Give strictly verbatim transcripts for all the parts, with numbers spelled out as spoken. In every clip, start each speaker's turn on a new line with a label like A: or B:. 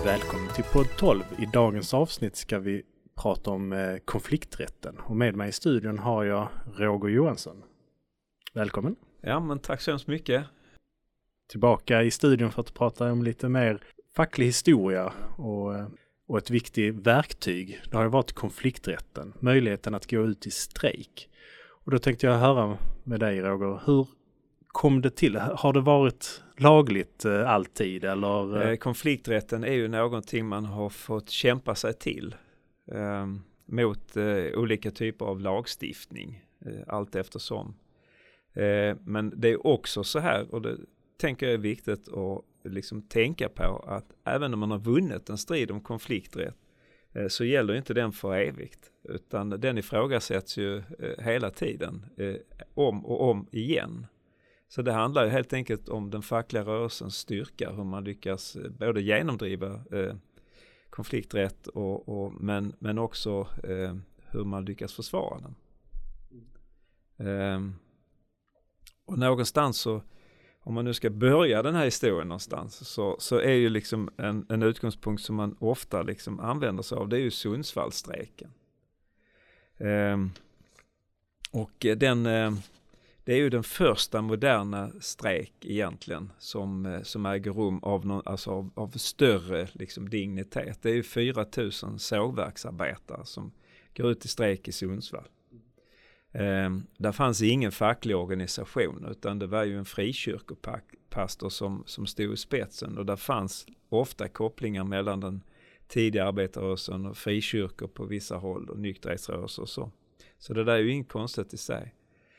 A: Välkommen till podd tolv. I dagens avsnitt ska vi prata om eh, konflikträtten. Och med mig i studion har jag Roger Johansson. Välkommen.
B: Ja, men tack så hemskt mycket.
A: Tillbaka i studion för att prata om lite mer facklig historia och, och ett viktigt verktyg. Det har ju varit konflikträtten, möjligheten att gå ut i strejk. Och då tänkte jag höra med dig, Roger, hur kom det till? Har det varit lagligt eh, alltid? Eller?
B: Eh, konflikträtten är ju någonting man har fått kämpa sig till eh, mot eh, olika typer av lagstiftning, eh, allt eftersom. Eh, men det är också så här, och det tänker jag är viktigt att liksom tänka på, att även om man har vunnit en strid om konflikträtt eh, så gäller inte den för evigt, utan den ifrågasätts ju eh, hela tiden, eh, om och om igen. Så det handlar ju helt enkelt om den fackliga rörelsens styrka, hur man lyckas både genomdriva eh, konflikträtt och, och, men, men också eh, hur man lyckas försvara den. Eh, och någonstans så, om man nu ska börja den här historien någonstans, så, så är ju liksom en, en utgångspunkt som man ofta liksom använder sig av, det är ju Sundsvallsstrejken. Eh, och den... Eh, Det är ju den första moderna strejk egentligen som, som äger rum av, någon, alltså av, av större liksom, dignitet. Det är ju fyra tusen sågverksarbetare som går ut i strejk i Sundsvall. Eh, där fanns ingen facklig organisation, utan det var ju en frikyrkopastor som, som stod i spetsen. Och där fanns ofta kopplingar mellan den tidiga arbetarrörelsen och frikyrkor på vissa håll och nykterhetsrörelser och så. Så det där är ju inget konstigt i sig.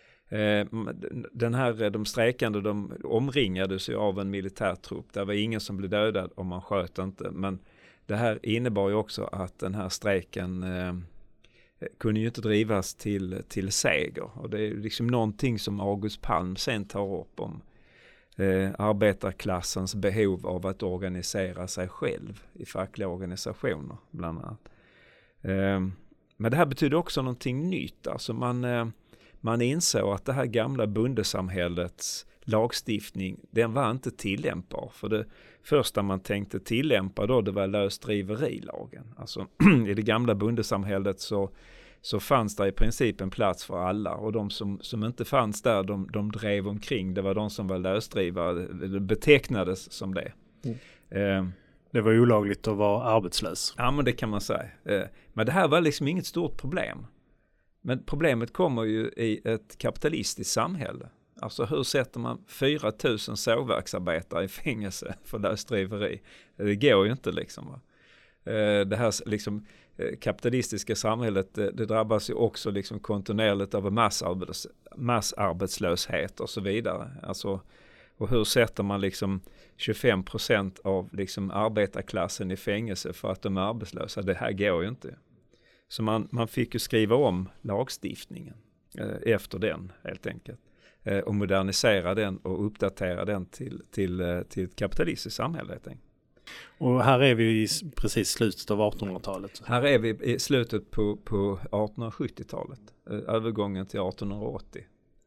B: Den här, de strejkande, de omringades ju av en militärtrupp. Det var ingen som blev dödad om man sköt inte. Men det här innebar ju också att den här strejken eh, kunde ju inte drivas till, till seger. Och det är liksom någonting som August Palm sen tar upp om eh, arbetarklassens behov av att organisera sig själv i fackliga organisationer bland annat. Eh, men det här betyder också någonting nytt. Alltså man... Eh, Man insåg att det här gamla bondesamhällets lagstiftning, den var inte tillämpbar. För det första man tänkte tillämpa då, det var lösdriverilagen. Alltså i det gamla bondesamhället så, så fanns det i princip en plats för alla. Och de som, som inte fanns där, de, de drev omkring. Det var de som var lösdrivare, det betecknades som det. Mm. Eh,
A: det var olagligt att vara arbetslös.
B: Ja, men det kan man säga. Eh, men det här var liksom inget stort problem. Men problemet kommer ju i ett kapitalistiskt samhälle. Alltså hur sätter man fyra tusen sågverksarbetare i fängelse för lösdriveri? Det går ju inte liksom. Va? Det här liksom kapitalistiska samhället, det, det drabbas ju också liksom kontinuerligt av massarbets, massarbetslöshet och så vidare. Alltså, och hur sätter man liksom tjugofem procent av liksom arbetarklassen i fängelse för att de är arbetslösa? Det här går ju inte. Så man, man fick ju skriva om lagstiftningen eh, efter den helt enkelt. Eh, och modernisera den och uppdatera den till, till, eh, till ett kapitalistiskt samhälle helt enkelt.
A: Och här är vi i precis slutet av artonhundratalet.
B: Här är vi i slutet på, på artonhundrasjuttiotalet. Eh, övergången till artonhundraåttio.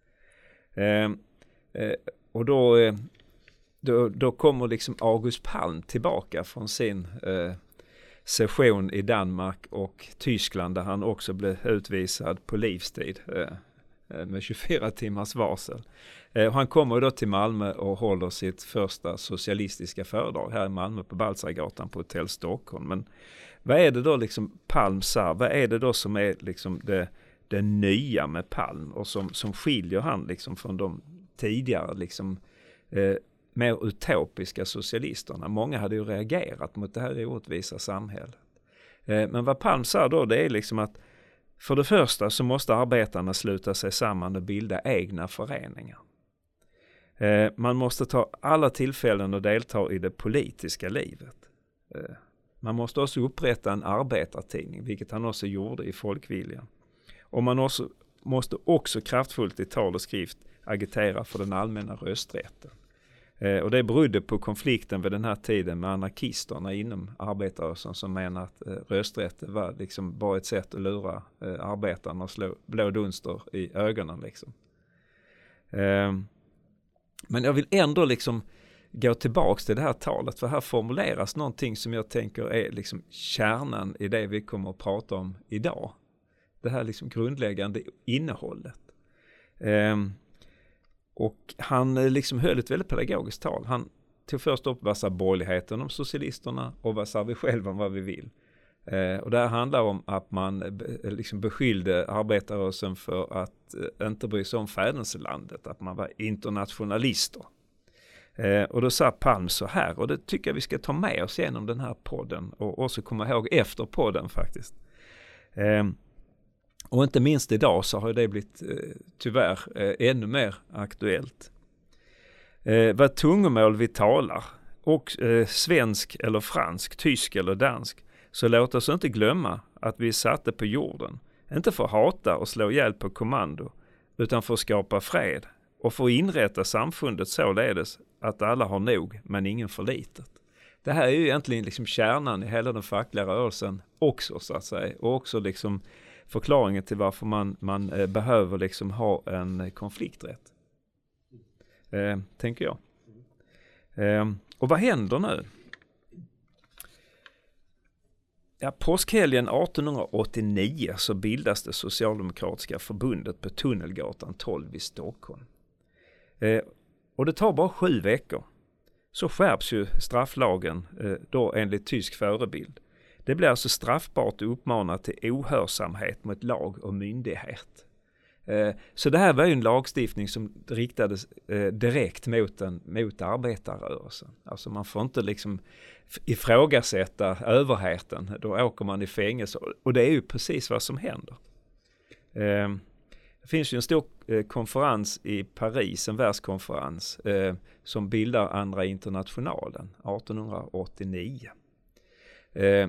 B: Eh, eh, och då, eh, då, då kommer liksom August Palm tillbaka från sin... Eh, session i Danmark och Tyskland, där han också blev utvisad på livstid eh, med tjugofyra timmars varsel. Eh, han kommer då till Malmö och håller sitt första socialistiska föredrag här i Malmö på Baltzargatan på Hotell Stockholm. Men vad är det då liksom Palm sa? Vad är det då som är liksom det, det nya med Palm och som, som skiljer han liksom från de tidigare liksom eh, mer utopiska socialisterna? Många hade ju reagerat mot det här orättvisa samhället. Eh, men vad Palm sa då, det är liksom att för det första så måste arbetarna sluta sig samman och bilda egna föreningar. Eh, man måste ta alla tillfällen och delta i det politiska livet. Eh, man måste också upprätta en arbetartidning, vilket han också gjorde i Folkviljan. Och man också, måste också kraftfullt i tal och skrift agitera för den allmänna rösträtten. Eh, och det berodde på konflikten vid den här tiden med anarkisterna inom arbetarrörelsen som menar att eh, rösträtten var liksom bara ett sätt att lura eh, arbetarna och slå blå dunster i ögonen liksom. Eh, men jag vill ändå liksom gå tillbaks till det här talet, för här formuleras någonting som jag tänker är liksom kärnan i det vi kommer att prata om idag. Det här liksom grundläggande innehållet. Um, och han liksom höll ett väldigt pedagogiskt tal. Han tog först upp vad sa borgerligheten om socialisterna och vad sa vi själva om vad vi vill. Uh, och det här handlar om att man be, liksom beskyllde arbetarrörelsen för att uh, inte bry sig om fäderneslandet, att man var internationalister. Uh, och då sa Palm så här, och det tycker jag vi ska ta med oss genom den här podden och också komma ihåg efter podden faktiskt. Uh, Och inte minst idag så har det blivit eh, tyvärr eh, ännu mer aktuellt. Eh, vad tungomål vi talar, och eh, svensk eller fransk, tysk eller dansk, så låt oss inte glömma att vi är satte på jorden. Inte för att hata och slå ihjäl på kommando, utan för att skapa fred och för att inrätta samfundet således att alla har nog men ingen för litet. Det här är ju egentligen liksom kärnan i hela den fackliga rörelsen också, så att säga, och också liksom förklaringen till varför man, man eh, behöver liksom ha en eh, konflikträtt. Eh, tänker jag. Eh, och vad händer nu? Ja, påskhelgen arton åttionio så bildas det Socialdemokratiska förbundet på Tunnelgatan tolv i Stockholm. Eh, och det tar bara sju veckor. Så skärps ju strafflagen eh, då enligt tysk förebild. Det blir alltså straffbart att uppmana till ohörsamhet mot lag och myndighet. Eh, så det här var ju en lagstiftning som riktades eh, direkt mot, en, mot arbetarrörelsen. Alltså man får inte liksom ifrågasätta överheten, då åker man i fängelse. Och det är ju precis vad som händer. Eh, det finns ju en stor eh, konferens i Paris, en världskonferens, eh, som bildar Andra internationalen arton åttionio. Eh,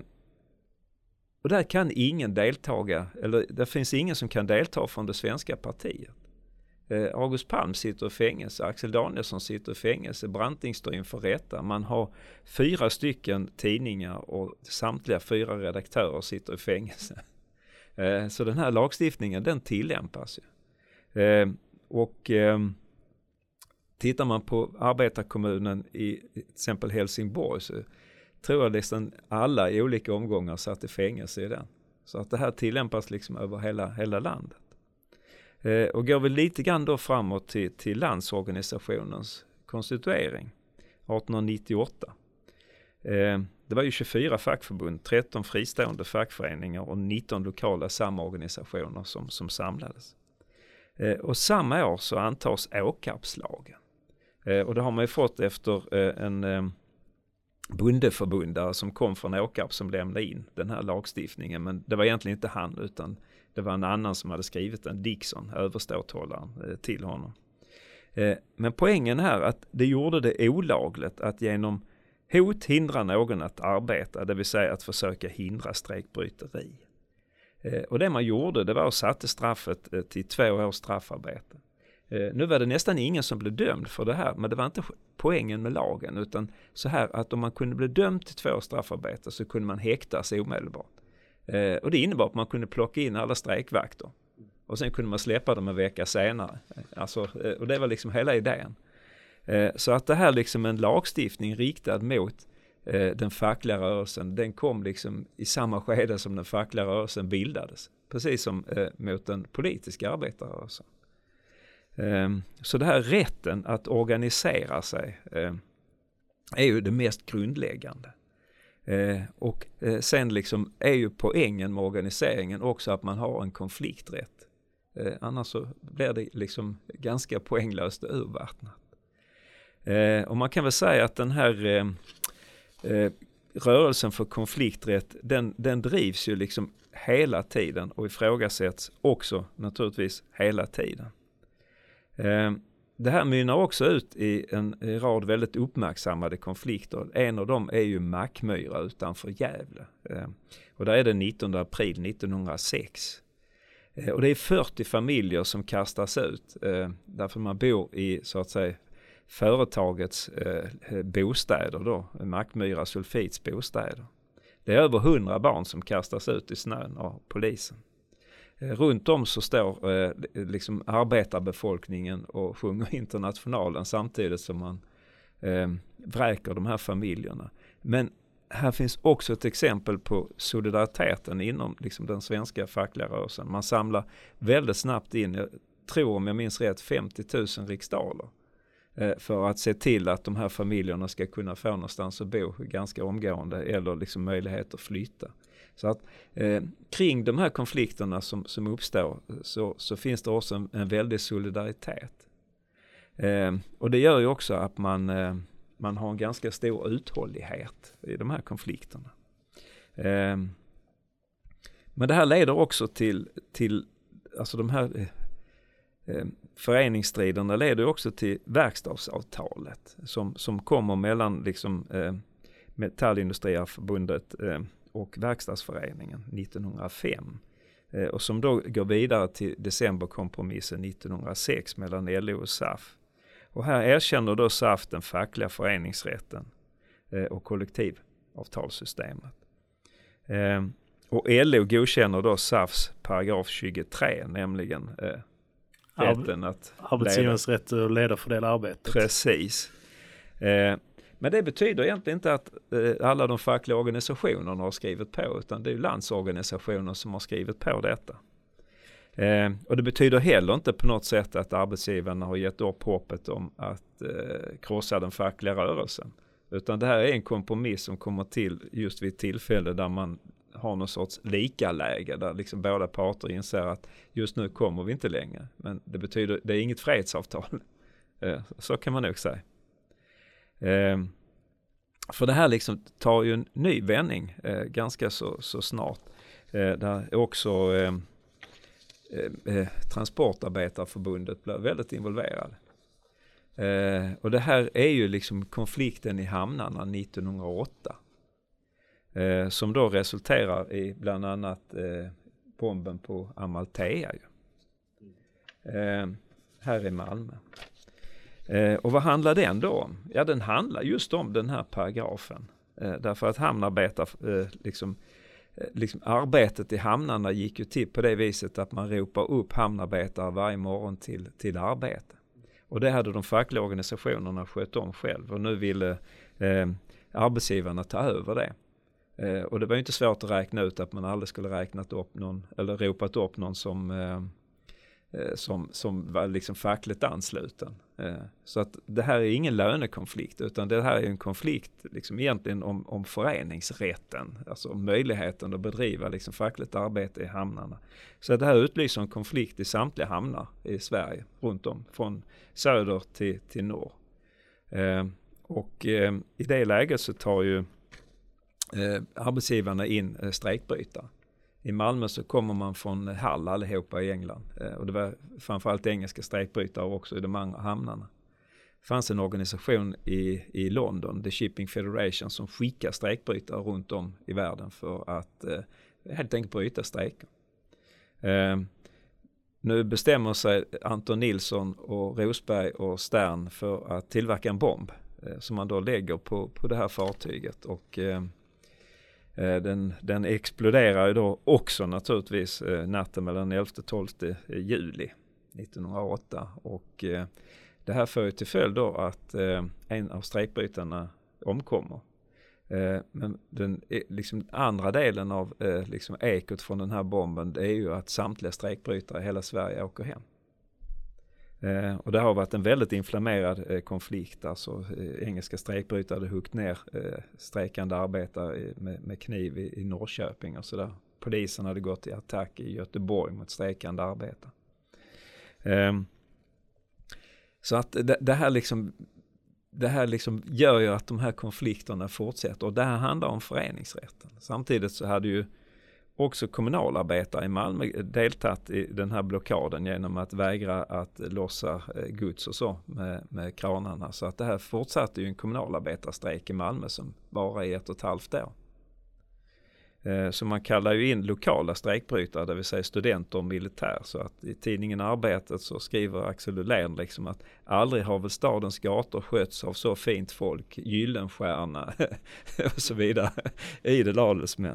B: Och där kan ingen deltaga, eller det finns ingen som kan delta från det svenska partiet. Eh, August Palm sitter i fängelse, Axel Danielsson sitter i fängelse, Branting står inför rätta. Man har fyra stycken tidningar och samtliga fyra redaktörer sitter i fängelse. Eh, så den här lagstiftningen, den tillämpas ju. Eh, och eh, tittar man på arbetarkommunen i till exempel Helsingborg, så tror jag nästan alla i olika omgångar satt i fängelse i den. Så att det här tillämpas liksom över hela, hela landet. Eh, och går vi lite grann då framåt till, till Landsorganisationens konstituering arton nittioåtta. Eh, det var ju tjugofyra fackförbund, tretton fristående fackföreningar och nitton lokala samorganisationer som, som samlades. Eh, och samma år så antas Åkarpslagen. Eh, och det har man ju fått efter eh, en... Eh, bondeförbundare som kom från Åkarp som lämnade in den här lagstiftningen, men det var egentligen inte han utan det var en annan som hade skrivit den, Dixon, överståthållaren eh, till honom. Eh, men poängen här att det gjorde det olagligt att genom hot hindra någon att arbeta, det vill säga att försöka hindra strejkbryteri. Eh, och det man gjorde, det var att sätta straffet eh, till två års straffarbete. Eh, nu var det nästan ingen som blev dömd för det här, men det var inte poängen med lagen, utan så här att om man kunde bli dömd till två års straffarbete så kunde man häktas omedelbart. Eh, och det innebar att man kunde plocka in alla strejkvakter och sen kunde man släppa dem en vecka senare. Alltså, eh, och det var liksom hela idén. Eh, så att det här liksom en lagstiftning riktad mot eh, den fackliga rörelsen, den kom liksom i samma skede som den fackliga rörelsen bildades. Precis som eh, mot den politiska arbetarrörelsen. Så det här rätten att organisera sig är ju det mest grundläggande. Och sen liksom är ju poängen med organiseringen också att man har en konflikträtt. Annars så blir det liksom ganska poänglöst och urvattnat. Och man kan väl säga att den här rörelsen för konflikträtt, den, den drivs ju liksom hela tiden och ifrågasätts också naturligtvis hela tiden. Det här mynnar också ut i en rad väldigt uppmärksammade konflikter. En av dem är ju Mackmyra utanför Gävle. Och där är det nittonde april nittonhundrasex. Och det är fyrtio familjer som kastas ut därför man bor i så att säga företagets bostäder då, Mackmyra Sulfits bostäder. Det är över hundra barn som kastas ut i snön av polisen. Runt om så står eh, liksom arbetarbefolkningen och sjunger Internationalen samtidigt som man eh, vräker de här familjerna. Men här finns också ett exempel på solidariteten inom liksom den svenska fackliga rörelsen. Man samlar väldigt snabbt in, jag tror om jag minns rätt, femtio tusen riksdaler eh, för att se till att de här familjerna ska kunna få någonstans att bo ganska omgående eller liksom möjlighet att flytta. Så att eh, kring de här konflikterna som, som uppstår så, så finns det också en, en väldig solidaritet. Eh, och det gör ju också att man, eh, man har en ganska stor uthållighet i de här konflikterna. Eh, men det här leder också till, till alltså de här eh, föreningsstriderna leder också till verkstadsavtalet som, som kommer mellan liksom, eh, Metallindustriarförbundet eh, och Verkstadsföreningen nittonhundrafem eh, och som då går vidare till decemberkompromissen nittonhundrasex mellan L O och S A F. Och här erkänner då S A F den fackliga föreningsrätten eh, och kollektivavtalssystemet. Eh, och L O godkänner då S A Fs paragraf tjugotre, nämligen eh, rätten att
A: arbetsgivarens rätt att leda och fördela arbetet.
B: Precis. Eh, Men det betyder egentligen inte att eh, alla de fackliga organisationerna har skrivit på, utan det är landsorganisationer som har skrivit på detta. Eh, och det betyder heller inte på något sätt att arbetsgivarna har gett upp hoppet om att eh, krossa den fackliga rörelsen. Utan det här är en kompromiss som kommer till just vid ett tillfälle där man har någon sorts likaläge, där liksom båda parter inser att just nu kommer vi inte längre. Men det betyder, det är inget fredsavtal. Eh, så kan man nog säga. Eh, för det här liksom tar ju en ny vändning eh, ganska så, så snart. Eh, där också eh, eh, Transportarbetarförbundet blir väldigt involverad. Eh, och det här är ju liksom konflikten i hamnarna nittonhundraåtta. Eh, som då resulterar i bland annat eh, bomben på Amalthea. Ju. Eh, här i Malmö. Eh, och vad handlar den då om? Ja, den handlar just om den här paragrafen. Eh, därför att hamnarbetar, eh, liksom, eh, liksom arbetet i hamnarna gick ju till på det viset att man ropar upp hamnarbetare varje morgon till, till arbete. Och det hade de fackliga organisationerna skött om själv. Och nu ville eh, arbetsgivarna ta över det. Eh, och det var ju inte svårt att räkna ut att man aldrig skulle räknat upp någon, eller ropat upp någon som... Eh, Som, som var liksom fackligt ansluten. Så att det här är ingen lönekonflikt, utan det här är en konflikt liksom egentligen om, om föreningsrätten, alltså möjligheten att bedriva liksom fackligt arbete i hamnarna. Så det här utlyser en konflikt i samtliga hamnar i Sverige, runt om, från söder till, till norr. Eh, och eh, i det läget så tar ju eh, arbetsgivarna in eh, strejkbrytare. I Malmö så kommer man från Hull allihopa i England. Eh, och det var framförallt engelska strejkbrytare också i de andra hamnarna. Det fanns en organisation i, i London, The Shipping Federation, som skickar strejkbrytare runt om i världen för att eh, helt enkelt bryta strejker. Eh, nu bestämmer sig Anton Nilsson och Rosberg och Stern för att tillverka en bomb eh, som man då lägger på, på det här fartyget. Och... Eh, Den, den exploderar ju då också naturligtvis eh, natten mellan elfte och tolfte juli nittonhundraåtta. Och eh, det här får ju till följd då att eh, en av strejkbrytarna omkommer. Eh, men den liksom andra delen av eh, liksom ekot från den här bomben, det är ju att samtliga strejkbrytare i hela Sverige åker hem. Eh, och det har varit en väldigt inflammerad eh, konflikt. Alltså eh, engelska strejkbrytare hade huggit ner eh, strejkande arbetare i, med, med kniv i, i Norrköping och sådär. Polisen hade gått i attack i Göteborg mot strejkande arbetare. Eh, så att det, det här liksom det här liksom gör ju att de här konflikterna fortsätter, och det här handlar om föreningsrätten. Samtidigt så hade ju också kommunalarbetare i Malmö deltagit i den här blockaden genom att vägra att lossa gods och så med, med kranarna. Så att det här fortsatte ju en kommunalarbetarstrejk i Malmö som bara i ett och ett halvt år. Så man kallar ju in lokala strejkbrytare, det vill säga studenter och militär. Så att i tidningen Arbetet så skriver Axel Ullén liksom att aldrig har väl stadens gator skötts av så fint folk, Gyllenstierna och så vidare, idel adelsmän.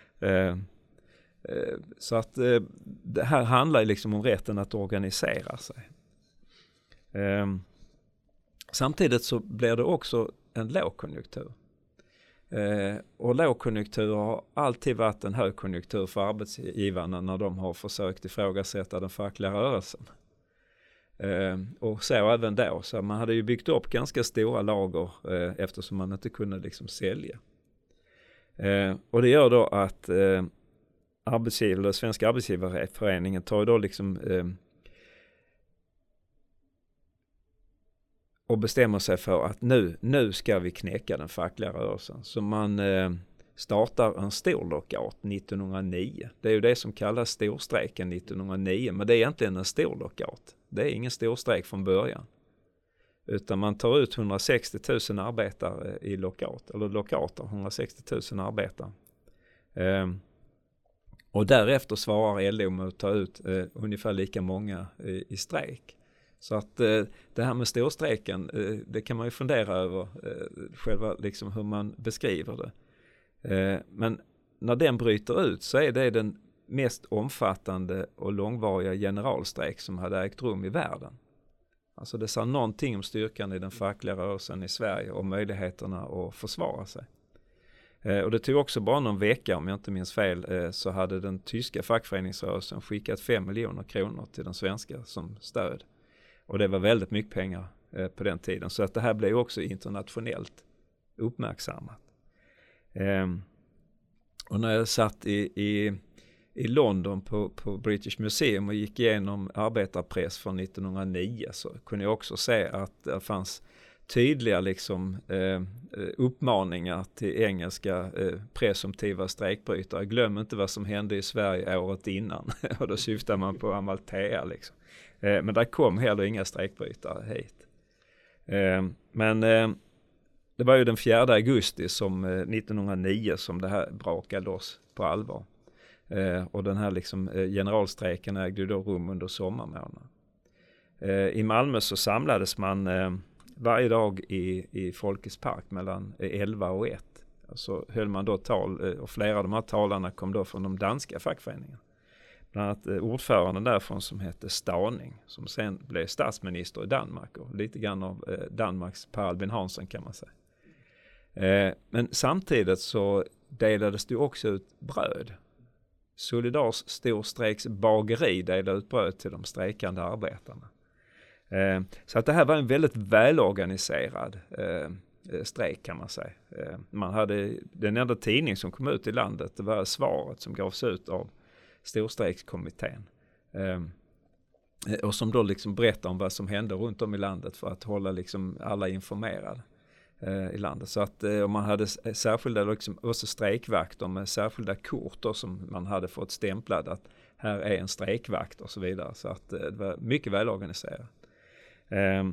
B: Så att det här handlar liksom om rätten att organisera sig. samtidigt så blir det också en lågkonjunktur. Eh, och lågkonjunktur har alltid varit en högkonjunktur för arbetsgivarna när de har försökt ifrågasätta den fackliga rörelsen. Eh, och så även då. Så man hade ju byggt upp ganska stora lager eh, eftersom man inte kunde liksom sälja. Eh, och det gör då att eh, arbetsgivare, Svenska arbetsgivareföreningen tar ju då liksom eh, och bestämmer sig för att nu, nu ska vi knäcka den fackliga rörelsen. Så man eh, startar en stor lockout nittonhundranio. Det är ju det som kallas storstrejken nittonhundranio, men det är egentligen en stor lockout. Det är ingen storstrejk från början. Utan man tar ut hundrasextio tusen arbetare i lockout, eller lockouter, hundrasextio tusen arbetare. Eh, och därefter svarar L O med att ta ut eh, ungefär lika många i, i strejk. Så att eh, det här med storstrejken, eh, det kan man ju fundera över eh, själva liksom hur man beskriver det. Eh, men när den bryter ut så är det den mest omfattande och långvariga generalstrejk som hade ägt rum i världen. Alltså det sa någonting om styrkan i den fackliga rörelsen i Sverige och möjligheterna att försvara sig. Eh, och det tog också bara någon vecka, om jag inte minns fel, eh, så hade den tyska fackföreningsrörelsen skickat fem miljoner kronor till den svenska som stöd. Och det var väldigt mycket pengar eh, på den tiden. Så att det här blev också internationellt uppmärksammat. Eh, och när jag satt i, i, i London på, på British Museum och gick igenom arbetarpress från nittonhundranio så kunde jag också se att det fanns tydliga liksom, eh, uppmaningar till engelska eh, presumtiva strejkbrytare. Glöm inte vad som hände i Sverige året innan. Och då syftar man på Amalthea liksom. Eh, men där kom heller inga strejkbrytare hit. Eh, men eh, det var ju den fjärde augusti som eh, nittonhundranio som det här brakade loss på allvar. Eh, och den här liksom, eh, generalstrejken ägde ju då rum under sommarmånaden. Eh, I Malmö så samlades man eh, varje dag i, i Folkets park mellan elva och ett. Så höll man då tal, eh, och flera av de här talarna kom då från de danska fackföreningarna. Bland annat eh, ordföranden därifrån som hette Staning, som sen blev statsminister i Danmark och lite grann av eh, Danmarks Per Albin Hansson kan man säga. Eh, men samtidigt så delades det också ut bröd. Solidars storstrejks bageri delade ut bröd till de strejkande arbetarna. Eh, så att det här var en väldigt välorganiserad eh, strejk kan man säga. Eh, man hade den enda tidning som kom ut i landet, det var Svaret som gavs ut av storstrejkskommittén. Eh, och som då liksom berättar om vad som hände runt om i landet för att hålla liksom alla informerade eh, i landet. Så att eh, man hade särskilda liksom, också strejkvakter med särskilda kort då, som man hade fått stämplad att här är en strejkvakt och så vidare. Så att eh, det var mycket välorganiserat. Eh,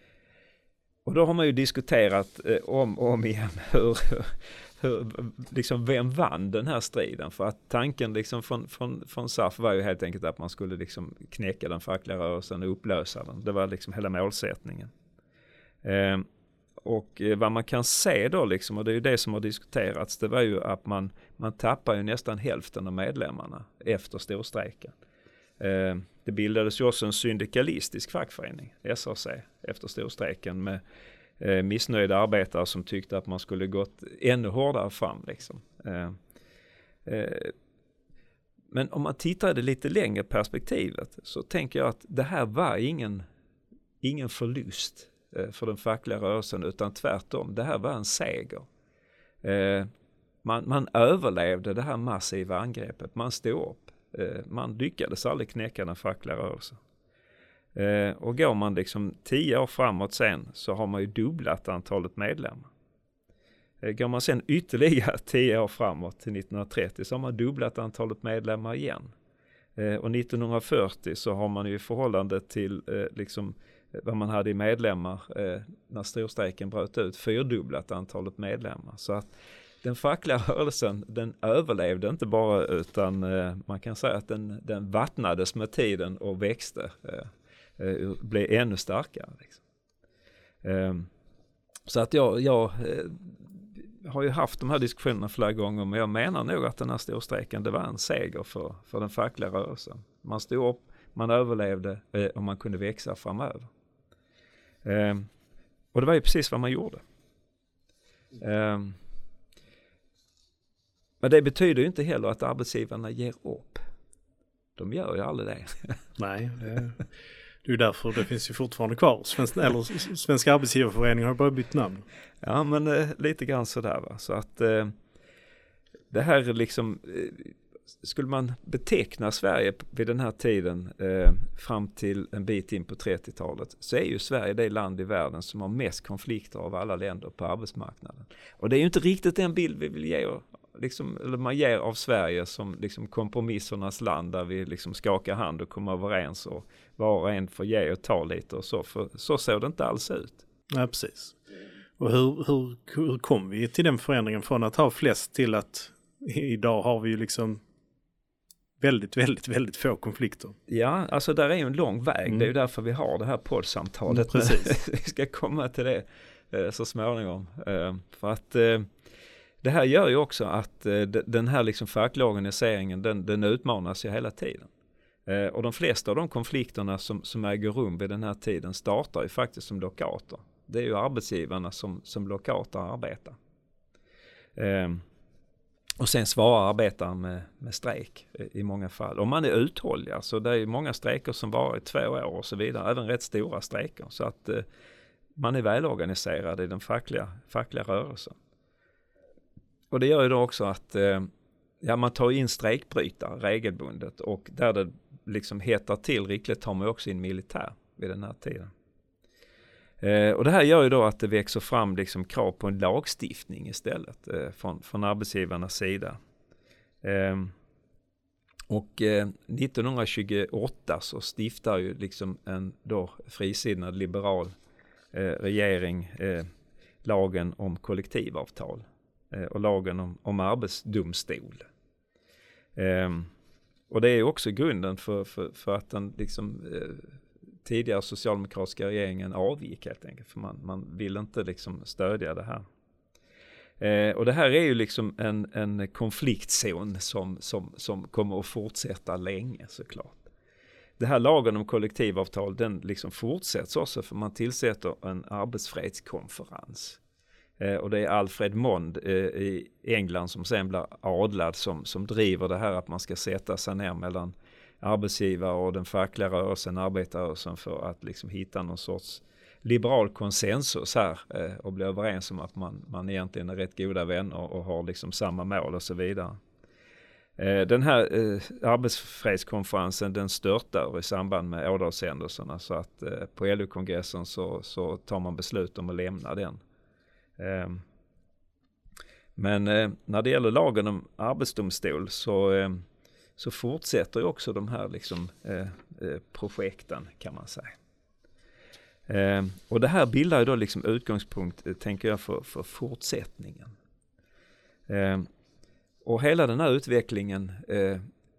B: och då har man ju diskuterat eh, om och om igen hur, hur, liksom vem vann den här striden. För att tanken liksom från, från, från S A F var ju helt enkelt att man skulle liksom knäcka den fackliga rörelsen och upplösa den. Det var liksom hela målsättningen. Eh, och eh, vad man kan se då liksom, och det är ju det som har diskuterats, det var ju att man, man tappar ju nästan hälften av medlemmarna efter storstrejken. Eh, det bildades ju också en syndikalistisk fackförening, S A C, efter storstrejken med eh, missnöjda arbetare som tyckte att man skulle gått ännu hårdare fram. Liksom. Eh, eh, men om man tittar i det lite längre perspektivet så tänker jag att det här var ingen, ingen förlust eh, för den fackliga rörelsen utan tvärtom, det här var en seger. Eh, man, man överlevde det här massiva angreppet, man stod upp. Man lyckades aldrig knäcka den fackliga rörelsen. Eh, och går man liksom tio år framåt sen så har man ju dubblat antalet medlemmar. Eh, går man sen ytterligare tio år framåt till nittonhundratrettio så har man dubblat antalet medlemmar igen. Eh, och nittonhundrafyrtio så har man ju i förhållande till eh, liksom, vad man hade i medlemmar eh, när storstrejken bröt ut fyrdubblat antalet medlemmar. Så att den fackliga rörelsen, den överlevde inte bara utan eh, man kan säga att den, den vattnades med tiden och växte. Eh, eh, blev ännu starkare. Liksom. Eh, så att jag, jag eh, har ju haft de här diskussionerna flera gånger men jag menar nog att den här storstrejken det var en seger för, för den fackliga rörelsen. Man stod upp, man överlevde eh, och man kunde växa framöver. Eh, Och det var ju precis vad man gjorde. Um, men det betyder ju inte heller att arbetsgivarna ger upp. De gör ju aldrig det.
A: Nej, det, det är ju därför det finns ju fortfarande kvar. Svensk, eller Svenska arbetsgivarföreningen har bara bytt namn.
B: Ja, men eh, lite grann sådär va. Så att eh, det här är liksom, eh, skulle man beteckna Sverige vid den här tiden eh, fram till en bit in på trettiotalet, så är ju Sverige det land i världen som har mest konflikter av alla länder på arbetsmarknaden. Och det är ju inte riktigt den bild vi vill ge, liksom, eller man ger av Sverige som liksom kompromissernas land där vi liksom skakar hand och kommer överens och var och en får ge och ta lite och så, för så såg det inte alls ut.
A: Nej, precis. Och hur, hur, hur kom vi till den förändringen från att ha flest till att idag har vi ju liksom väldigt, väldigt, väldigt få konflikter?
B: Ja, alltså där är ju en lång väg. Mm. Det är ju därför vi har det här poddsamtalet. Mm, precis. Vi ska komma till det eh, så småningom. Eh, för att eh, det här gör ju också att eh, den här liksom fackliga organiseringen, den, den utmanas ju hela tiden. Eh, och de flesta av de konflikterna som, som äger rum vid den här tiden startar ju faktiskt som lockater. Det är ju arbetsgivarna som, som lockater arbetar. Eh, och sen svarar arbetaren med, med strejk i, i många fall. Om man är uthållig, så det är ju många strejker som varar i två år och så vidare. Även rätt stora strejker. Så att eh, man är välorganiserad i den fackliga, fackliga rörelsen. Och det gör ju då också att eh, ja, man tar in strejkbrytare regelbundet, och där det liksom hetar till riktigt tar man också in militär vid den här tiden. Eh, och det här gör ju då att det växer fram liksom krav på en lagstiftning istället eh, från, från arbetsgivarnas sida. Eh, och eh, nittonhundratjugoåtta så stiftar ju liksom en då frisinnad liberal eh, regering eh, lagen om kollektivavtal eh, och lagen om, om arbetsdomstol. Eh, och det är också grunden för, för, för att den liksom eh, tidigare socialdemokratiska regeringen avgick helt enkelt, för man, man vill inte liksom stödja det här. Eh, och det här är ju liksom en, en konfliktzon som, som, som kommer att fortsätta länge såklart. Det här lagen om kollektivavtal, den liksom fortsätts också, för man tillsätter en arbetsfredskonferens. Eh, och det är Alfred Mond eh, i England som sen blir adlad som, som driver det här att man ska sätta sig ner mellan arbetsgivare och den fackliga rörelsen, arbetarrörelsen, för att liksom hitta någon sorts liberal konsensus här eh, och bli överens om att man, man egentligen är rätt goda vänner och har liksom samma mål och så vidare. Eh, den här eh, arbetsfredskonferensen, den störtar i samband med Ådalshändelserna, så att eh, på L O-kongressen så, så tar man beslut om att lämna den. Eh, men eh, när det gäller lagen om arbetsdomstol så eh, så fortsätter ju också de här liksom, eh, eh, projekten, kan man säga. Eh, och det här bildar ju då liksom utgångspunkt, eh, tänker jag, för, för fortsättningen. Eh, och hela den här utvecklingen eh,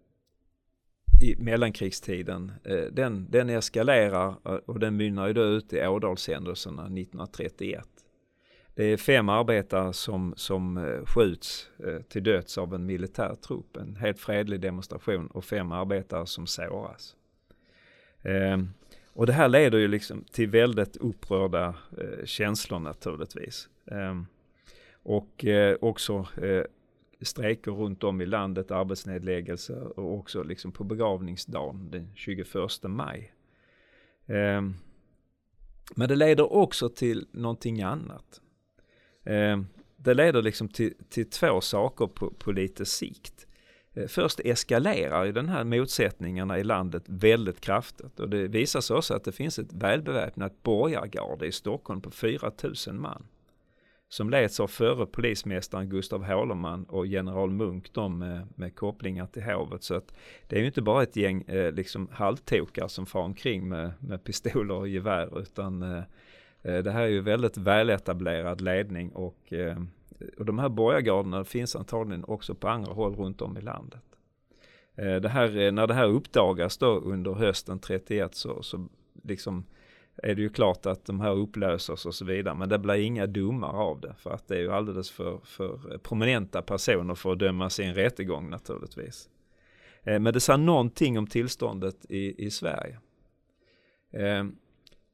B: i mellankrigstiden, eh, den, den eskalerar och den mynnar ju då ut i Ådalshändelserna nittonhundratrettioett. Det är fem arbetare som, som skjuts eh, till döds av en militär trupp, en helt fredlig demonstration, och fem arbetare som såras. Eh, och det här leder ju liksom till väldigt upprörda eh, känslor naturligtvis. Eh, och eh, också eh, strejker runt om i landet, arbetsnedläggelser, och också liksom på begravningsdagen den tjugoförsta maj. Eh, men det leder också till någonting annat. Eh, det leder liksom till, till två saker på, på lite sikt. Eh, först eskalerar ju den här motsättningarna i landet väldigt kraftigt, och det visar sig också att det finns ett välbeväpnat borgargarde i Stockholm på fyra tusen man som leds av förre polismästaren Gustav Hålerman och general Munk, de med, med kopplingar till hovet. Så att det är ju inte bara ett gäng eh, liksom halvtokar som far omkring med, med pistoler och gevär, utan eh, det här är ju väldigt väletablerad ledning, och, eh, och de här borgargarderna finns antagligen också på andra håll runt om i landet. Eh, det här, när det här uppdagas då under hösten trettioett så, så liksom är det ju klart att de här upplöses och så vidare, men det blir inga domar av det, för att det är ju alldeles för, för prominenta personer för att dömas i en rättegång naturligtvis. Eh, men det sa någonting om tillståndet i, i Sverige. Eh,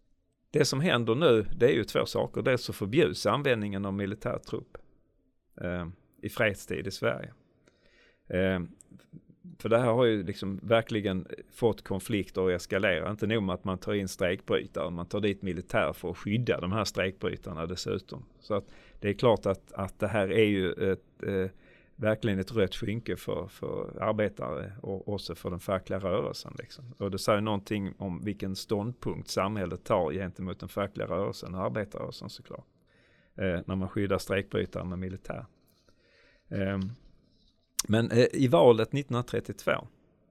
B: det som händer nu, det är ju två saker. Dels så förbjuds användningen av militärtrupp eh, i fredstid i Sverige. Eh, för det här har ju liksom verkligen fått konflikter att eskalera. Inte nog med att man tar in strejkbrytare, man tar dit militär för att skydda de här strejkbrytarna dessutom. Så att det är klart att, att det här är ju ett, eh, verkligen ett rött skynke för, för arbetare och också för den fackliga rörelsen. Liksom. Och det säger någonting om vilken ståndpunkt samhället tar gentemot den fackliga rörelsen och arbetarrörelsen såklart. Eh, när man skyddar strejkbrytare med militär. Eh, men eh, i valet nittonhundratrettiotvå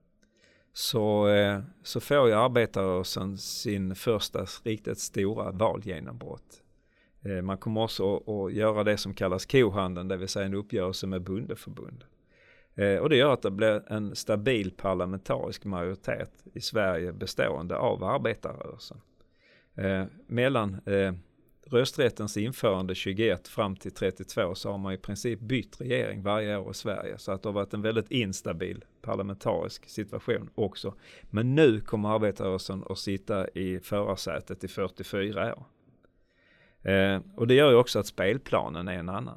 B: så, eh, så får ju arbetarrörelsen sin första riktigt stora valgenombrott. Eh, man kommer också att, att göra det som kallas kohandeln, det vill säga en uppgörelse med bondeförbund. Eh, och det gör att det blir en stabil parlamentarisk majoritet i Sverige bestående av arbetarrörelsen. Eh, mellan eh, rösträttens införande tjugoett fram till trettiotvå så har man i princip bytt regering varje år i Sverige. Så att det har varit en väldigt instabil parlamentarisk situation också. Men nu kommer arbetarrörelsen att sitta i förarsätet i fyrtiofyra år. Eh, och det gör ju också att spelplanen är en annan.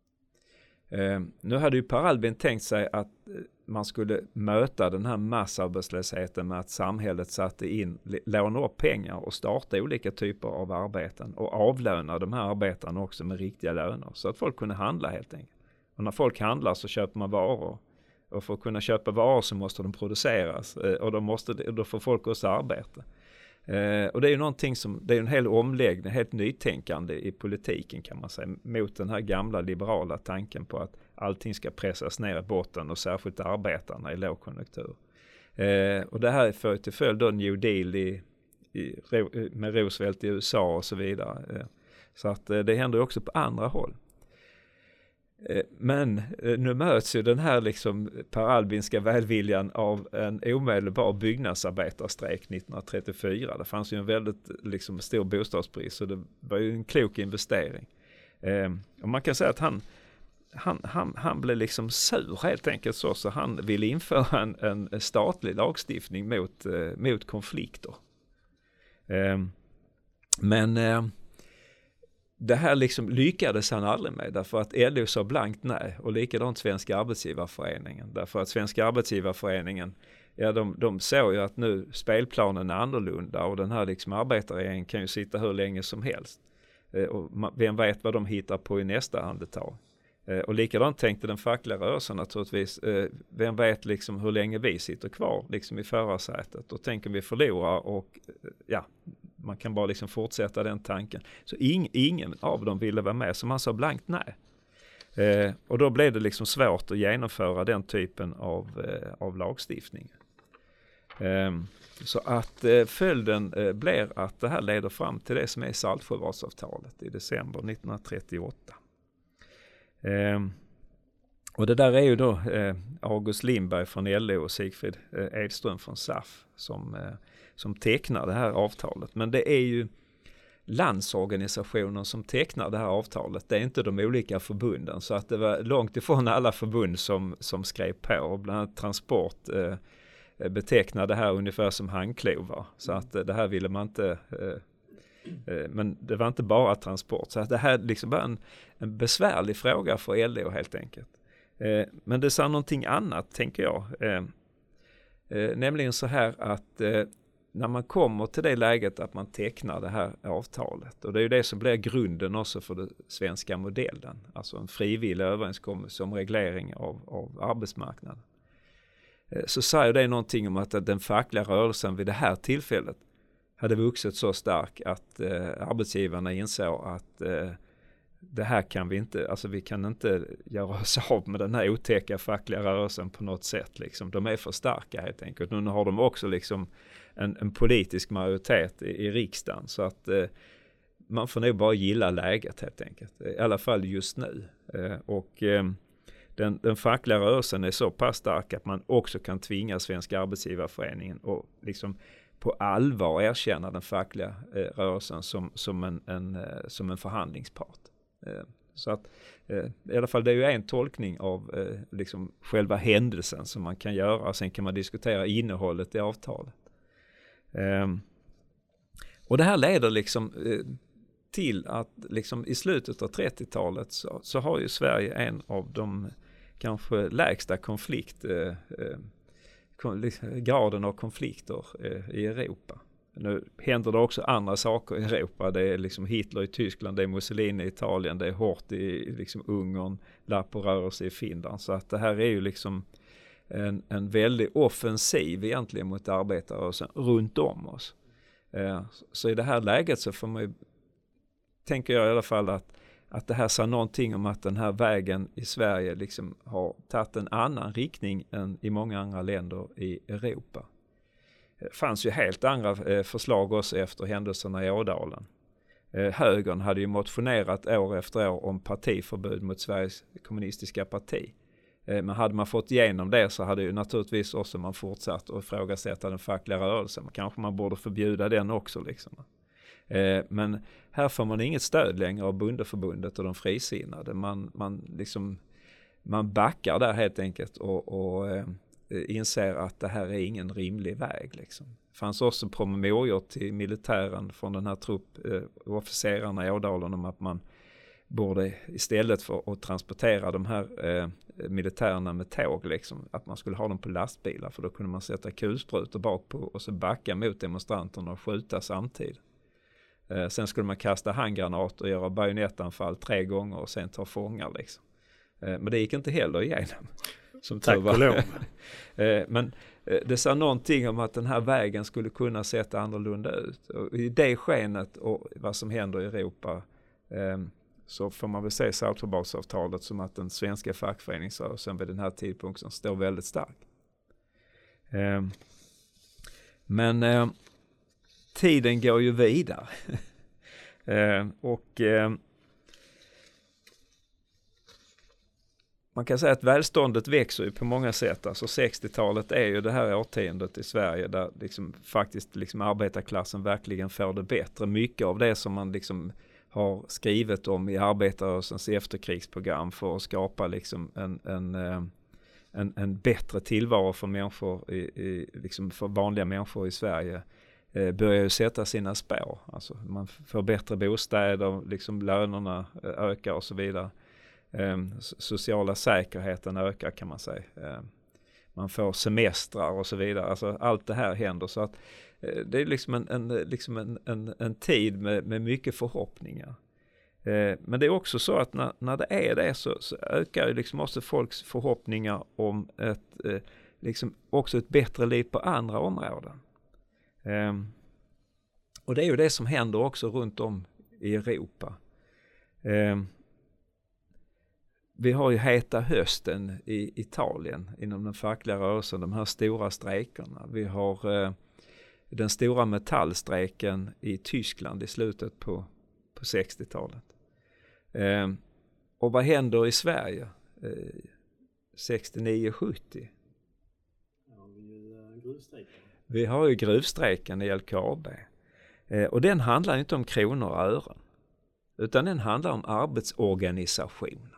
B: Eh, nu hade ju Per Albin tänkt sig att man skulle möta den här massarbetslösheten med att samhället satte in, låna upp pengar och starta olika typer av arbeten och avlöna de här arbetarna också med riktiga löner så att folk kunde handla helt enkelt. Och när folk handlar så köper man varor och för att kunna köpa varor så måste de produceras och då, måste, då får folk också arbete. Eh, och det är ju någonting som, det är en hel omläggning, helt nytänkande i politiken kan man säga, mot den här gamla liberala tanken på att allting ska pressas ner i botten och särskilt arbetarna i lågkonjunktur. Eh, och det här får till följd då New Deal i, i, med Roosevelt i U S A och så vidare. Eh, så att eh, det händer också på andra håll. Men nu möts ju den här liksom Per Albinska välviljan av en omedelbar byggnadsarbetarstrejk nittonhundratrettiofyra. Det fanns ju en väldigt liksom stor bostadsbrist så det var ju en klok investering. Eh, och man kan säga att han, han, han, han blev liksom sur helt enkelt så, så han ville införa en, en statlig lagstiftning mot, eh, mot konflikter. Eh, men... Eh, Det här liksom lyckades han aldrig med därför att L O sa blankt nej och likadant Svenska Arbetsgivarföreningen. Därför att Svenska Arbetsgivarföreningen, ja de, de såg ju att nu spelplanen är annorlunda och den här liksom arbetarregeringen kan ju sitta hur länge som helst. Eh, och man, vem vet vad de hittar på i nästa andetag. Eh, och likadant tänkte den fackliga rörelsen naturligtvis, eh, vem vet liksom hur länge vi sitter kvar liksom i förarsätet och tänker vi förlorar och eh, ja, man kan bara liksom fortsätta den tanken. Så ing, ingen av dem ville vara med, så man sa blankt nej. Eh, och då blev det liksom svårt att genomföra den typen av, eh, av lagstiftning. Eh, så att eh, följden eh, blir att det här leder fram till det som är Saltsjöbadsavtalet i december nittonhundratrettioåtta. Eh, och det där är ju då eh, August Lindberg från L O och Sigfrid eh, Edström från S A F som eh, som tecknar det här avtalet. Men det är ju Landsorganisationen som tecknar det här avtalet. Det är inte de olika förbunden. Så att det var långt ifrån alla förbund som, som skrev på. Och bland annat Transport eh, betecknar det här ungefär som handklovar. Så att eh, det här ville man inte... Eh, eh, men det var inte bara Transport. Så att det här liksom var en, en besvärlig fråga för L O helt enkelt. Eh, men det sa någonting annat, tänker jag. Eh, eh, nämligen så här att... Eh, när man kommer till det läget att man tecknar det här avtalet, och det är ju det som blir grunden också för den svenska modellen, alltså en frivillig överenskommelse om reglering av, av arbetsmarknaden, så säger det någonting om att den fackliga rörelsen vid det här tillfället hade vuxit så stark att eh, arbetsgivarna insåg att eh, det här kan vi inte, alltså vi kan inte göra oss av med den här otäcka fackliga rörelsen på något sätt. Liksom. De är för starka helt enkelt. Nu har de också liksom en, en politisk majoritet i, i riksdagen. Så att eh, man får nog bara gilla läget helt enkelt. I alla fall just nu. Eh, och eh, den, den fackliga rörelsen är så pass stark att man också kan tvinga Svenska Arbetsgivarföreningen och liksom på allvar erkänna den fackliga eh, rörelsen som, som, en, en, eh, som en förhandlingspart. Så att i alla fall det är ju en tolkning av eh, liksom själva händelsen som man kan göra. Sen kan man diskutera innehållet i avtalet. Eh, Och det här leder liksom eh, till att liksom i slutet av trettiotalet så, så har ju Sverige en av de kanske lägsta konflikt, eh, eh, kon, graden av konflikter eh, i Europa. Nu händer det också andra saker i Europa. Det är liksom Hitler i Tyskland, det är Mussolini i Italien, det är hårt i liksom Ungern, Lapporörelse i Finland. Så att det här är ju liksom en, en väldigt offensiv egentligen mot arbetarrörelsen runt om oss. Eh, så i det här läget så får man ju, tänker jag i alla fall att, att det här sa någonting om att den här vägen i Sverige liksom har tagit en annan riktning än i många andra länder i Europa. Det fanns ju helt andra eh, förslag också efter händelserna i Ådalen. Eh, högern hade ju motionerat år efter år om partiförbud mot Sveriges kommunistiska parti. Eh, men hade man fått igenom det så hade ju naturligtvis också man fortsatt att ifrågasätta den fackliga rörelsen. Men kanske man borde förbjuda den också liksom. Eh, men här får man inget stöd längre av Bondeförbundet och de frisinnade. Man, man, liksom, man backar där helt enkelt och, och eh, inser att det här är ingen rimlig väg. Liksom. Det fanns också promemorior till militären från den här trupp, eh, officerarna i Ådalen om att man borde istället för att transportera de här eh, militärerna med tåg, liksom, att man skulle ha dem på lastbilar, för då kunde man sätta kulsprutor bak på och så backa mot demonstranterna och skjuta samtidigt. Eh, sen skulle man kasta handgranat och göra bajonettanfall tre gånger och sen ta fångar. Liksom. Eh, men det gick inte heller igenom. Som
A: Tack och lov.
B: eh, men eh, det sa någonting om att den här vägen skulle kunna se annorlunda ut. Och i det skenet och vad som händer i Europa eh, så får man väl se Saltsjöbadsavtalet som att den svenska fackföreningsrörelsen vid den här tidpunkten står väldigt stark. Eh, men eh, tiden går ju vidare. eh, och eh, man kan säga att välståndet växer ju på många sätt. Alltså sextiotalet är ju det här årtiondet i Sverige där liksom faktiskt liksom arbetarklassen verkligen får det bättre. Mycket av det som man liksom har skrivit om i arbetarrörelsens efterkrigsprogram för att skapa liksom en, en, en, en bättre tillvaro för människor i, i, liksom för vanliga människor i Sverige eh, börjar ju sätta sina spår. Alltså man får bättre bostäder, liksom lönerna ökar och så vidare. Eh, sociala säkerheten ökar kan man säga. Eh, man får semestrar och så vidare. Alltså allt det här händer så att eh, det är liksom en, en, liksom en, en, en tid med, med mycket förhoppningar. Eh, men det är också så att när, när det är det så, så ökar ju liksom också folks förhoppningar om ett, eh, liksom också ett bättre liv på andra områden. Eh, och det är ju det som händer också runt om i Europa. Eh, Vi har ju heta hösten i Italien inom den fackliga rörelsen, de här stora strejkerna. Vi har eh, den stora metallstrejken i Tyskland i slutet på, på sextiotalet. Eh, och vad händer i Sverige eh, sextionio sjuttio?
A: Ja, vi, uh, gruvstrejken.
B: Vi har ju gruvstrejken i L K A B. Eh, och den handlar inte om kronor och ören, utan den handlar om arbetsorganisationen.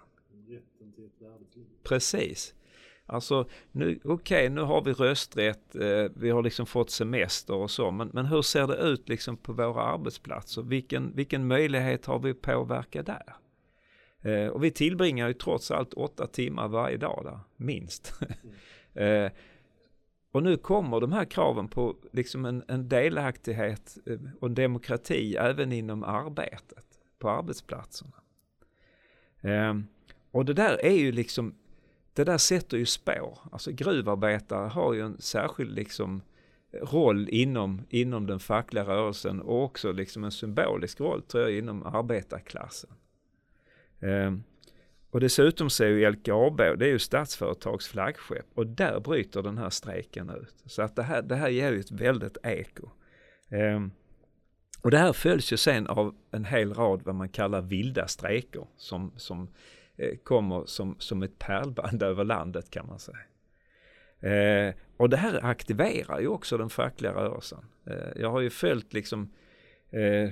B: Precis. Alltså, nu, okej, okay, nu har vi rösträtt, eh, vi har liksom fått semester och så, men, men hur ser det ut liksom på våra arbetsplatser? Vilken, vilken möjlighet har vi att påverka där? Eh, och vi tillbringar ju trots allt åtta timmar varje dag där, minst. Mm. eh, och nu kommer de här kraven på liksom en, en delaktighet och en demokrati även inom arbetet, på arbetsplatserna. Eh, och det där är ju liksom, det där sätter ju spår. Alltså gruvarbetare har ju en särskild liksom roll inom, inom den fackliga rörelsen och också liksom en symbolisk roll tror jag inom arbetarklassen. Eh, och dessutom så är ju L K A B, det är ju Statsföretags flaggskepp och där bryter den här strejken ut. Så att det här, det här ger ju ett väldigt eko. Eh, och det här följs ju sen av en hel rad vad man kallar vilda strejker som, som kommer som, som ett pärlband över landet kan man säga. Eh, och det här aktiverar ju också den fackliga rörelsen. Eh, jag har ju följt liksom eh,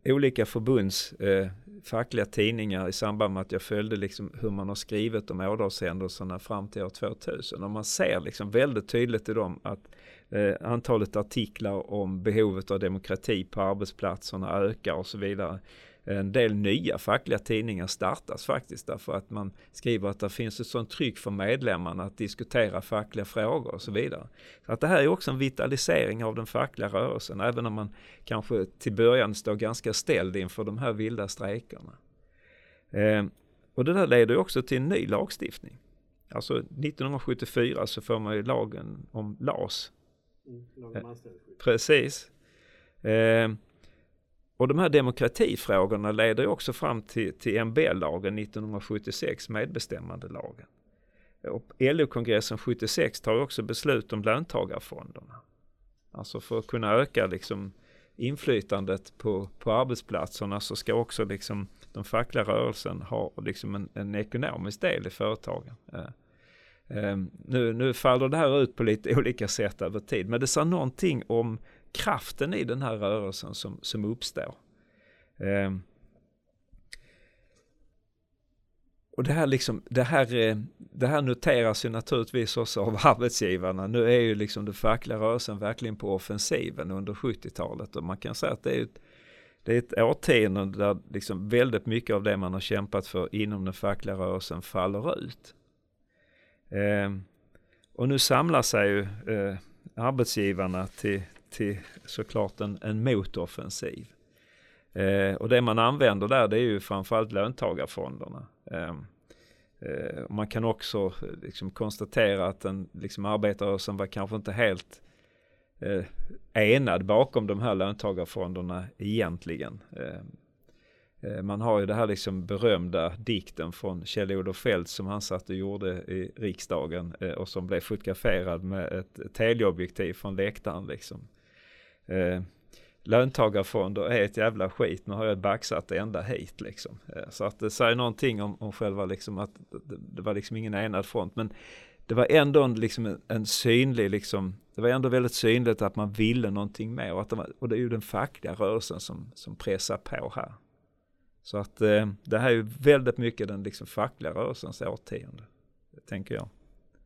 B: olika förbunds eh, fackliga tidningar i samband med att jag följde liksom hur man har skrivit om Ådalshändelserna fram till år tvåtusen. Och man ser liksom väldigt tydligt i dem att eh, antalet artiklar om behovet av demokrati på arbetsplatserna ökar och så vidare. En del nya fackliga tidningar startas faktiskt därför att man skriver att det finns ett sånt tryck för medlemmarna att diskutera fackliga frågor och så vidare. Så att det här är också en vitalisering av den fackliga rörelsen, även om man kanske till början står ganska ställd inför de här vilda strejkerna. Eh, och det där leder också till en ny lagstiftning. Alltså nittonhundrasjuttiofyra så får man ju lagen om L A S.
A: Mm, lagen om anställningsskydd.
B: Precis. Eh, Och de här demokratifrågorna leder också fram till, till M B L-lagen nittonhundrasjuttiosex, medbestämmandelagen. Och L O-kongressen sjuttiosex tar också beslut om löntagarfonderna. Alltså för att kunna öka liksom inflytandet på, på arbetsplatserna så ska också liksom den fackliga rörelsen ha liksom en, en ekonomisk del i företagen. Eh, eh, nu, nu faller det här ut på lite olika sätt över tid, men det sa någonting om kraften i den här rörelsen som, som uppstår. Eh, och det här, liksom, det, här, eh, det här noteras ju naturligtvis också av arbetsgivarna. Nu är ju liksom den fackliga rörelsen verkligen på offensiven under sjuttiotalet och man kan säga att det är ett, det är ett årtionde där liksom väldigt mycket av det man har kämpat för inom den fackliga rörelsen faller ut. Eh, och nu samlar sig ju eh, arbetsgivarna till till såklart en, en motoffensiv. Eh, och det man använder där det är ju framförallt löntagarfonderna. Eh, eh, man kan också liksom konstatera att den liksom arbetarrörelsen var kanske inte helt eh, enad bakom de här löntagarfonderna egentligen. Eh, eh, man har ju det här liksom berömda dikten från Kjell-Olof Feldt som han satt och gjorde i riksdagen eh, och som blev fotograferad med ett teleobjektiv från läktaren liksom. Eh, löntagarfonder är ett jävla skit, nu har jag baxat det ända hit liksom. Eh, så att det säger någonting om, om själva liksom att det, det var liksom ingen enad front, men det var ändå en, liksom en, en synlig liksom, det var ändå väldigt synligt att man ville någonting mer och, att det, var, och det är ju den fackliga rörelsen som, som pressar på här. Så att eh, det här är ju väldigt mycket den liksom fackliga rörelsens årtionde, tänker jag.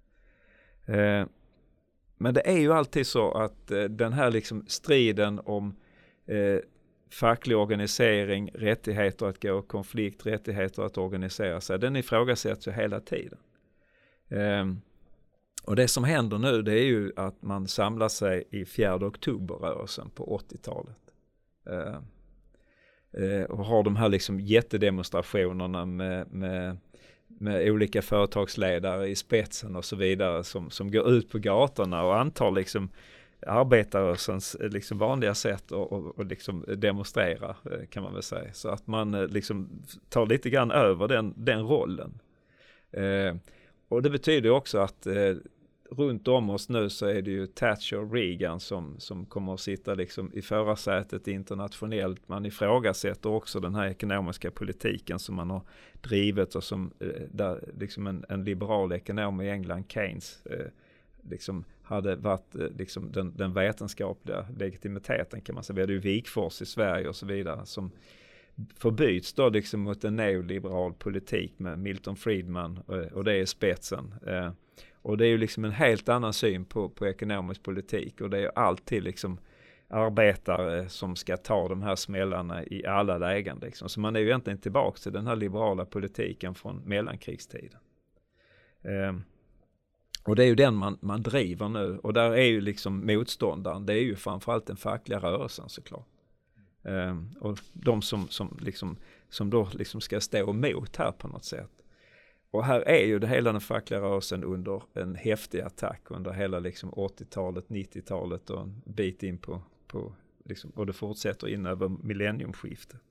B: Eh, Men det är ju alltid så att eh, den här liksom striden om eh, facklig organisering, rättigheter att gå i konflikt, rättigheter att organisera sig, den ifrågasätts ju hela tiden. Eh, och det som händer nu det är ju att man samlar sig i fjärde oktober-rörelsen på åttiotalet. Eh, eh, och har de här liksom jättedemonstrationerna med... med med olika företagsledare i spetsen och så vidare som, som går ut på gatorna och antar liksom arbetarrörelsens liksom vanliga sätt att och, och liksom demonstrera kan man väl säga. Så att man liksom tar lite grann över den, den rollen. Eh, och det betyder också att eh, runt om oss nu så är det ju Thatcher och Reagan som, som kommer att sitta liksom i förarsätet internationellt. Man ifrågasätter också den här ekonomiska politiken som man har drivit och som eh, där liksom en, en liberal ekonom i England, Keynes, eh, liksom hade varit eh, liksom den, den vetenskapliga legitimiteten kan man säga. Vi hade ju Wigforss i Sverige och så vidare som förbyts då liksom mot en neoliberal politik med Milton Friedman och, och det är spetsen. Eh, Och det är ju liksom en helt annan syn på, på ekonomisk politik och det är ju alltid liksom arbetare som ska ta de här smällarna i alla lägen. Liksom. Så man är ju egentligen tillbaka till den här liberala politiken från mellankrigstiden. Um, och det är ju den man, man driver nu och där är ju liksom motståndaren, det är ju framförallt den fackliga rörelsen såklart. Um, och de som, som, liksom, som då liksom ska stå emot här på något sätt. Och här är ju det hela den fackliga rörelsen under en häftig attack under hela liksom åttiotalet, nittiotalet och en bit in på, på liksom, och det fortsätter in över millenniumskiftet.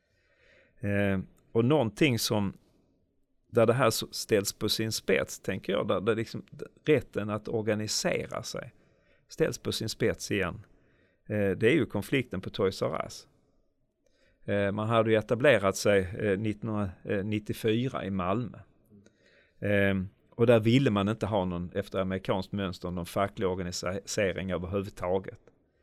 B: Eh, och någonting som där det här ställs på sin spets, tänker jag, där, där liksom rätten att organisera sig ställs på sin spets igen. Eh, det är ju konflikten på Toys R Us. Eh, man hade ju etablerat sig eh, nittonhundranittiofyra i Malmö. Um, och där ville man inte ha någon, efter amerikanskt mönster, någon facklig organisering överhuvudtaget.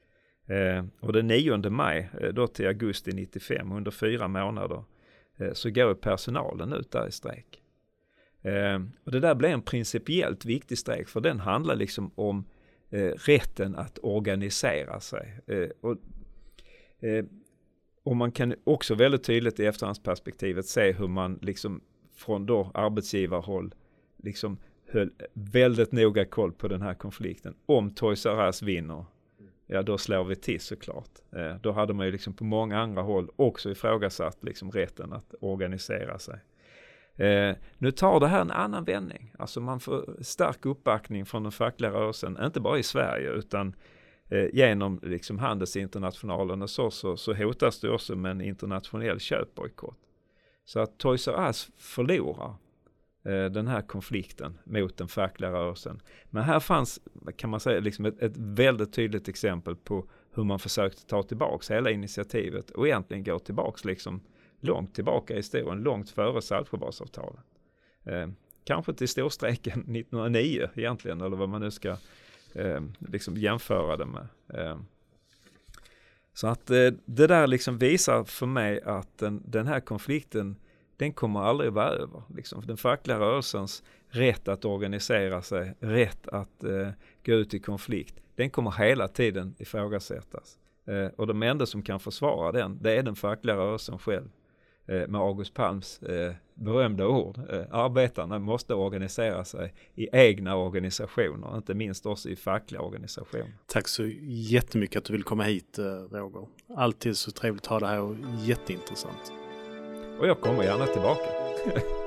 B: Eh, och den nionde maj eh, då till augusti nittiofem, under fyra månader, eh, så går personalen ut där i strejk. Eh, och det där blev en principiellt viktig strejk, för den handlar liksom om eh, rätten att organisera sig. Eh, och, eh, och man kan också väldigt tydligt i efterhandsperspektivet se hur man liksom från då arbetsgivarhåll liksom höll väldigt noga koll på den här konflikten. Om Toys R Us vinner, ja då slår vi till såklart. Eh, då hade man ju liksom på många andra håll också ifrågasatt liksom rätten att organisera sig. Eh, nu tar det här en annan vändning. Alltså man får stark uppbackning från den fackliga rörelsen, inte bara i Sverige utan eh, genom liksom handelsinternationalen och så, så, så hotas det också med en internationell köpbojkott. Så att Toys R Us förlorar eh, den här konflikten mot den fackliga rörelsen. Men här fanns, kan man säga, liksom ett, ett väldigt tydligt exempel på hur man försökte ta tillbaka hela initiativet och egentligen gå tillbaka liksom långt tillbaka i historien, långt före Saltsjöbadsavtalet. Eh, kanske till storstrejken nittonhundranio egentligen, eller vad man nu ska eh, liksom jämföra det med. Eh, så att eh, det där liksom visar för mig att den, den här konflikten, den kommer aldrig vara över. Liksom. Den fackliga rörelsens rätt att organisera sig, rätt att eh, gå ut i konflikt, den kommer hela tiden ifrågasättas. Eh, och de enda som kan försvara den, det är den fackliga rörelsen själv. Med August Palms eh, berömda ord. Eh, arbetarna måste organisera sig i egna organisationer, inte minst också i fackliga organisationer.
A: Tack så jättemycket att du vill komma hit, Roger. Alltid så trevligt att ha det här och jätteintressant.
B: Och jag kommer gärna tillbaka.